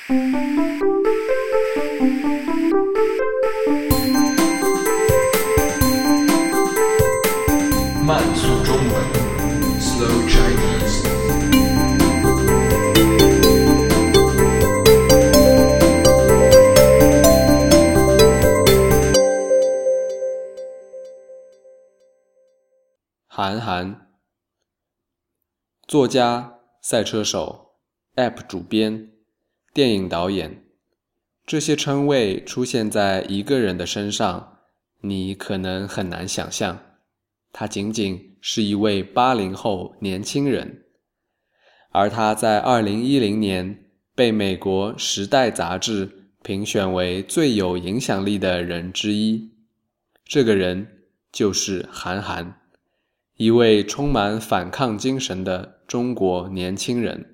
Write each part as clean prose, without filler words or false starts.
慢速中文 Slow Chinese。 韩寒，作家、赛车手、App 主编、电影导演，这些称谓出现在一个人的身上，你可能很难想象，他仅仅是一位80后年轻人，而他在2010年被美国《时代》杂志评选为最有影响力的人之一。这个人就是韩寒，一位充满反抗精神的中国年轻人。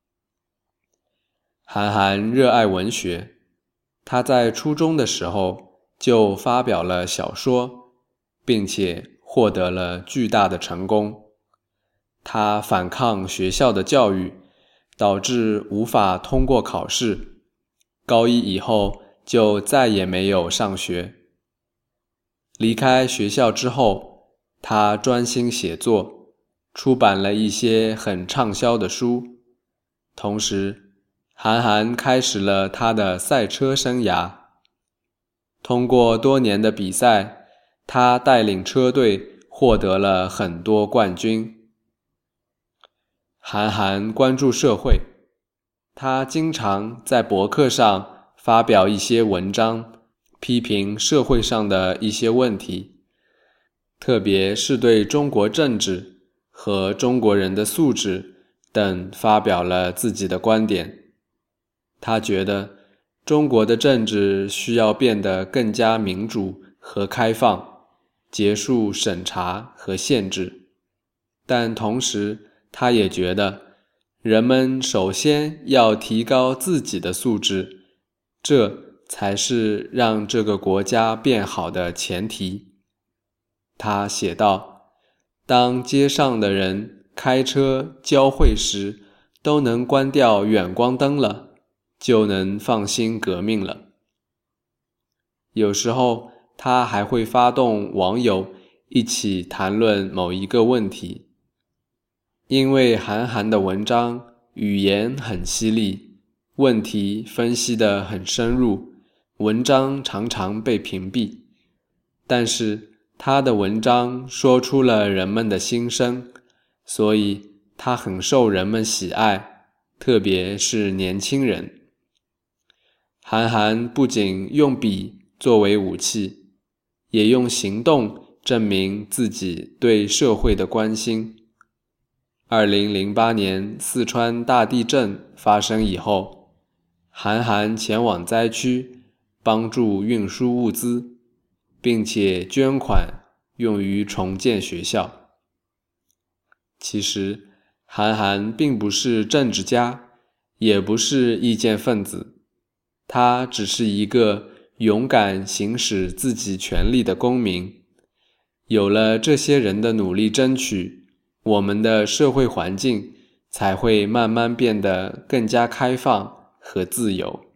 韩寒热爱文学，他在初中的时候就发表了小说，并且获得了巨大的成功。他反抗学校的教育，导致无法通过考试，高一以后就再也没有上学。离开学校之后，他专心写作，出版了一些很畅销的书。同时，韩寒开始了他的赛车生涯。通过多年的比赛，他带领车队获得了很多冠军。韩寒关注社会，他经常在博客上发表一些文章，批评社会上的一些问题，特别是对中国政治和中国人的素质等发表了自己的观点。他觉得中国的政治需要变得更加民主和开放，结束审查和限制。但同时，他也觉得人们首先要提高自己的素质，这才是让这个国家变好的前提。他写道，当街上的人开车交汇时都能关掉远光灯了，就能放心革命了。有时候他还会发动网友一起谈论某一个问题。因为韩寒的文章语言很犀利，问题分析得很深入，文章常常被屏蔽。但是他的文章说出了人们的心声，所以他很受人们喜爱，特别是年轻人。韩寒不仅用笔作为武器，也用行动证明自己对社会的关心。2008年四川大地震发生以后，韩寒前往灾区帮助运输物资，并且捐款用于重建学校。其实，韩寒并不是政治家，也不是意见分子，他只是一个勇敢行使自己权利的公民。有了这些人的努力争取，我们的社会环境才会慢慢变得更加开放和自由。